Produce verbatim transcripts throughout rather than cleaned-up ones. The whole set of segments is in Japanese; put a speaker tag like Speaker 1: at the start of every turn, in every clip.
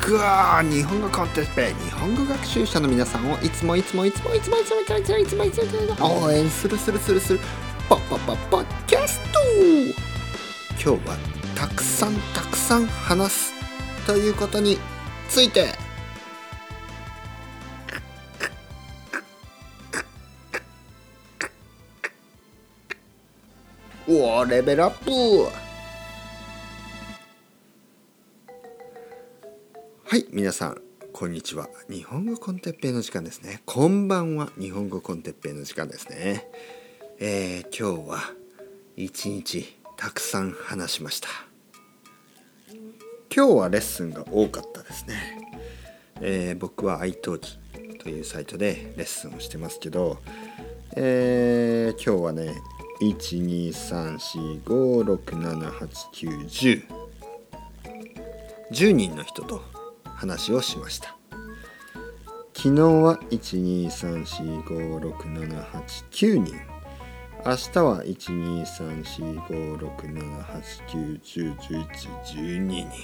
Speaker 1: くわ日本語コンテスト日本語学習者の皆さんをいつもいつもいつもいつもいつもいつもいつもいつもいつもいつも応援するするするするポッポッポッポッキャスト。今日はたくさんたくさん話すということについて。おーレベルアップ。はい、皆さんこんにちは。日本語コンテッペイの時間ですね。こんばんは。日本語コンテッペイの時間ですね。えー、今日は一日たくさん話しました。今日はレッスンが多かったですね。えー、僕は iTalki というサイトでレッスンをしてますけど、えー、今日はねいち、に、さん、よん、ご、ろく、なな、はち、きゅう、じゅう じゅうにんの人と話をしました。昨日はいち、に、さん、よん、ご、ろく、なな、はち、きゅうにん。明日はいち、に、さん、よん、ご、ろく、なな、はち、きゅう、じゅう、じゅういち、じゅうににん。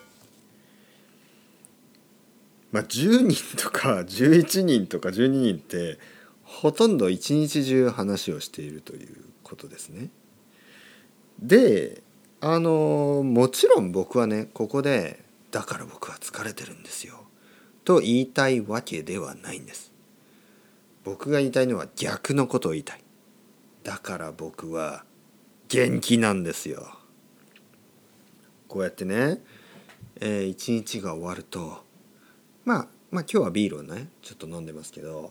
Speaker 1: まあじゅうにんとかじゅういちにんとかじゅうににんってほとんど一日中話をしているということですね。で、あのもちろん僕はねここでだから僕は疲れてるんですよと言いたいわけではないんです。僕が言いたいのは逆のことを言いたい。だから僕は元気なんですよ。こうやってね、えー、一日が終わるとまあまあ今日はビールをねちょっと飲んでますけど、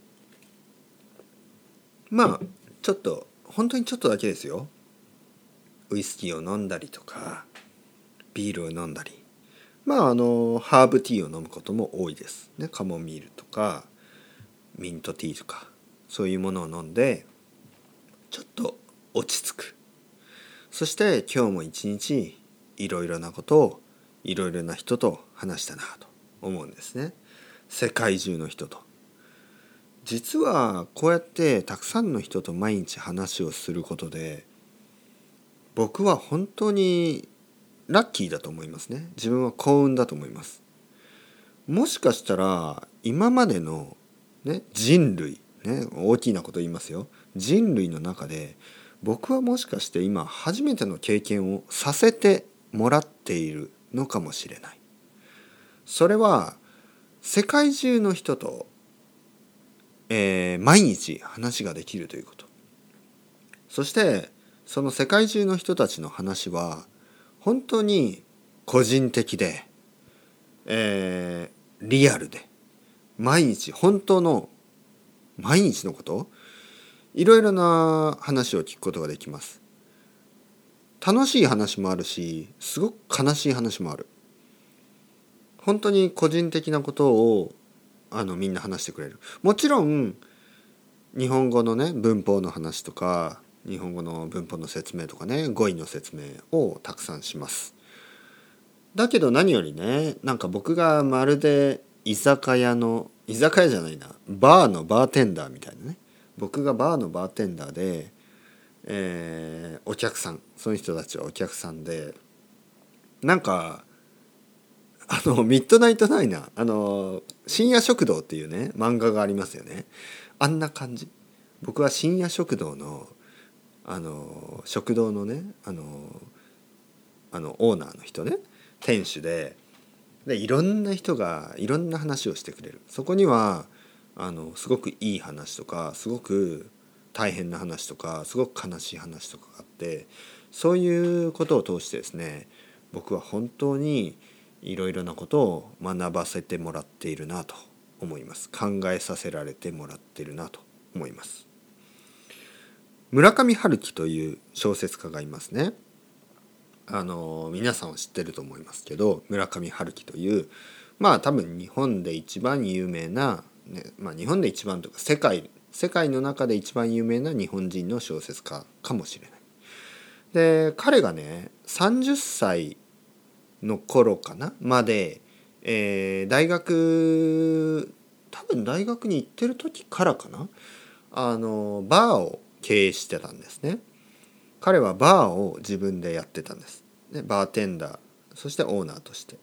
Speaker 1: まあちょっと本当にちょっとだけですよ。ウイスキーを飲んだりとかビールを飲んだり、まああのハーブティーを飲むことも多いですね。カモミールとかミントティーとかそういうものを飲んでちょっと落ち着く。そして今日も一日いろいろなことをいろいろな人と話したなと思うんですね。世界中の人と。実はこうやってたくさんの人と毎日話をすることで僕は本当にラッキーだと思いますね。自分は幸運だと思います。もしかしたら今までの、ね、人類、ね、大きなこと言いますよ。人類の中で僕はもしかして今初めての経験をさせてもらっているのかもしれない。それは世界中の人と、えー、毎日話ができるということ。そしてその世界中の人たちの話は本当に個人的で、えー、リアルで毎日本当の毎日のこといろいろな話を聞くことができます。楽しい話もあるしすごく悲しい話もある。本当に個人的なことをあのみんな話してくれる。もちろん日本語のね文法の話とか日本語の文法の説明とかね語彙の説明をたくさんします。だけど何よりねなんか僕がまるで居酒屋の居酒屋じゃないなバーのバーテンダーみたいなね僕がバーのバーテンダーで、えー、お客さんその人たちはお客さんでなんかあのミッドナイトナイナーあの深夜食堂っていうね漫画がありますよね。あんな感じ。僕は深夜食堂のあの食堂のねあのあのオーナーの人ね店主ででいろんな人がいろんな話をしてくれる。そこにはあのすごくいい話とかすごく大変な話とかすごく悲しい話とかがあってそういうことを通してですね僕は本当にいろいろなことを学ばせてもらっているなと思います。考えさせられてもらっているなと思います。村上春樹という小説家がいますね。あの皆さんは知ってると思いますけど村上春樹というまあ多分日本で一番有名な、ねまあ、日本で一番というか世界世界の中で一番有名な日本人の小説家かもしれない。で彼がねさんじゅっさいの頃かなまで、えー、大学多分大学に行ってる時からかなあのバーを経営してたんですね。彼はバーを自分でやってたんです。でバーテンダーそしてオーナーとして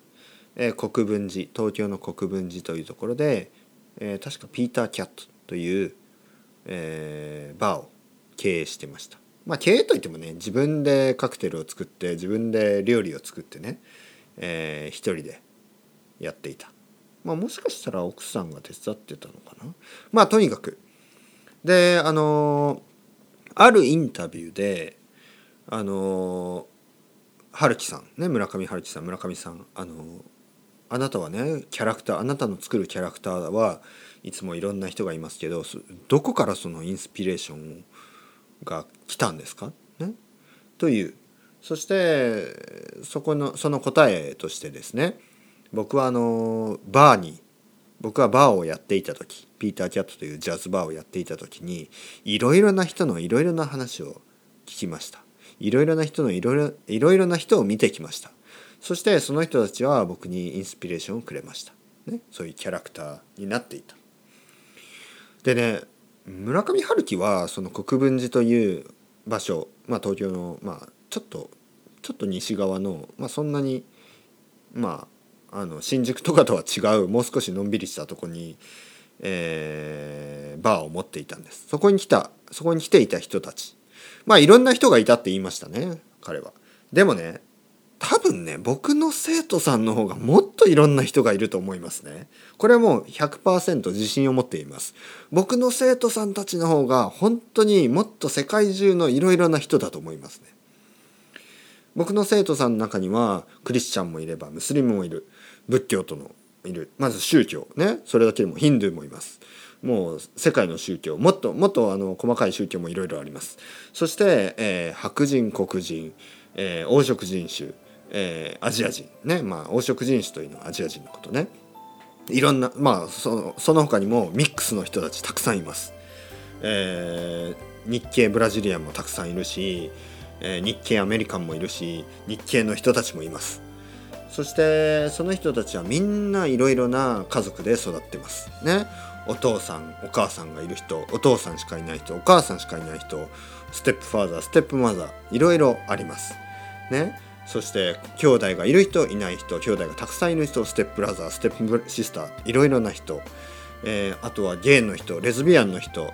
Speaker 1: えー、国分寺、東京の国分寺というところで、えー、確かピーターキャットという、えー、バーを経営してました。まあ経営といってもね、自分でカクテルを作って自分で料理を作ってね、えー、一人でやっていた。まあもしかしたら奥さんが手伝ってたのかな。まあとにかくで、あのー、あるインタビューであのー、春樹さんね、村上春樹さん村上さん、あのー、あなたはねキャラクターあなたの作るキャラクターはいつもいろんな人がいますけど、どこからそのインスピレーションが来たんですか、ね、という、そしてそこのその答えとしてですね、僕はあのバーに僕はバーをやっていた時、ピーターキャットというジャズバーをやっていた時に、いろいろな人のいろいろな話を聞きました。いろいろな人のいろいろいろいろな人を見てきました。そしてその人たちは僕にインスピレーションをくれました、ね、そういうキャラクターになっていた。でね、村上春樹はその国分寺という場所、まあ、東京の、まあ、ちょっとちょっと西側の、まあ、そんなにまああの新宿とかとは違うもう少しのんびりしたとこに、えー、バーを持っていたんです。そこに来たそこに来ていた人たち、まあいろんな人がいたって言いましたね、彼は。でもね、多分ね、僕の生徒さんの方がもっといろんな人がいると思いますね。これはもう ひゃくパーセント 自信を持っています。僕の生徒さんたちの方が本当にもっと世界中のいろいろな人だと思いますね。僕の生徒さんの中にはクリスチャンもいればムスリムもいる、仏教とのいる、まず宗教ね、それだけでもヒンドゥーもいます。もう世界の宗教、もっともっとあの細かい宗教もいろいろあります。そして、えー、白人、黒人、えー、黄色人種、えー、アジア人ね、まあ黄色人種というのはアジア人のことね。いろんな、まあそのその他にもミックスの人たちたくさんいます。えー、日系ブラジリアンもたくさんいるし、えー、日系アメリカンもいるし、日系の人たちもいます。そしてその人たちはみんないろいろな家族で育ってますね。お父さんお母さんがいる人、お父さんしかいない人、お母さんしかいない人、ステップファーザー、ステップマザー、いろいろありますね。そして兄弟がいる人いない人、兄弟がたくさんいる人、ステップブラザー、ステップシスター、いろいろな人、えー、あとはゲイの人、レズビアンの人、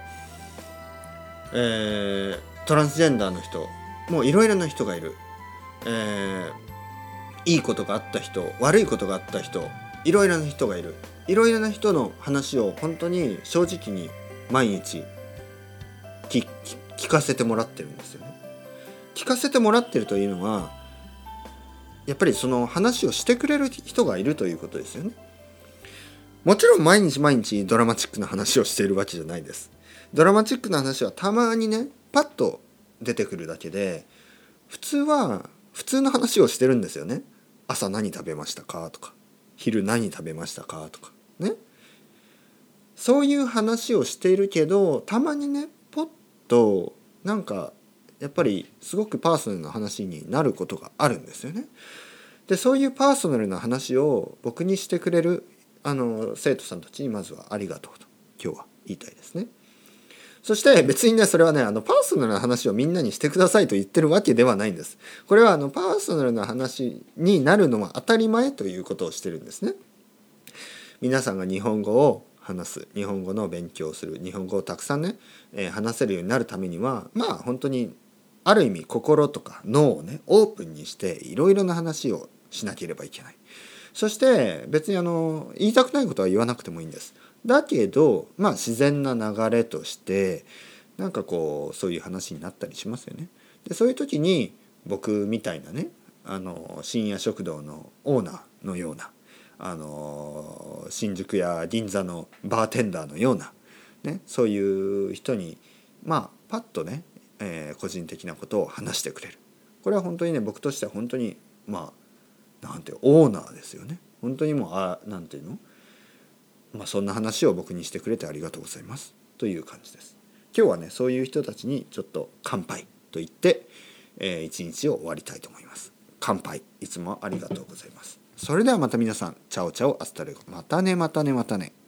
Speaker 1: えー、トランスジェンダーの人、もういろいろな人がいる、えー、いいことがあった人、悪いことがあった人、いろいろな人がいる。いろいろな人の話を本当に正直に毎日 聞, 聞かせてもらってるんですよね。聞かせてもらってるというのはやっぱりその話をしてくれる人がいるということですよね。もちろん毎日毎日ドラマチックな話をしているわけじゃないです。ドラマチックな話はたまにねパッと出てくるだけで、普通は普通の話をしてるんですよね。朝何食べましたかとか、昼何食べましたかとかね、そういう話をしているけど、たまにねポッとなんかやっぱりすごくパーソナルな話になることがあるんですよね。でそういうパーソナルな話を僕にしてくれるあの生徒さんたちにまずはありがとうと今日は言いたいですね。そして別にねそれはねあのパーソナルな話をみんなにしてくださいと言ってるわけではないんです。これはあのパーソナルな話になるのは当たり前ということをしてるんですね。皆さんが日本語を話す、日本語の勉強をする、日本語をたくさんね、えー、話せるようになるためにはまあ本当にある意味心とか脳をねオープンにしていろいろな話をしなければいけない。そして別にあの言いたくないことは言わなくてもいいんです。だけどまあ自然な流れとしてなんかこうそういう話になったりしますよね。でそういう時に僕みたいなねあの深夜食堂のオーナーのようなあの新宿や銀座のバーテンダーのような、ね、そういう人にまあパッとね、えー、個人的なことを話してくれる。これは本当にね僕としては本当にまあなんてオーナーですよね。本当にもうあなんていうのまあそんな話を僕にしてくれてありがとうございますという感じです。今日はねそういう人たちにちょっと乾杯と言って、えー、一日を終わりたいと思います。乾杯、いつもありがとうございます。それではまた皆さんチャオチャオアスタレゴ、またねまたねまたね。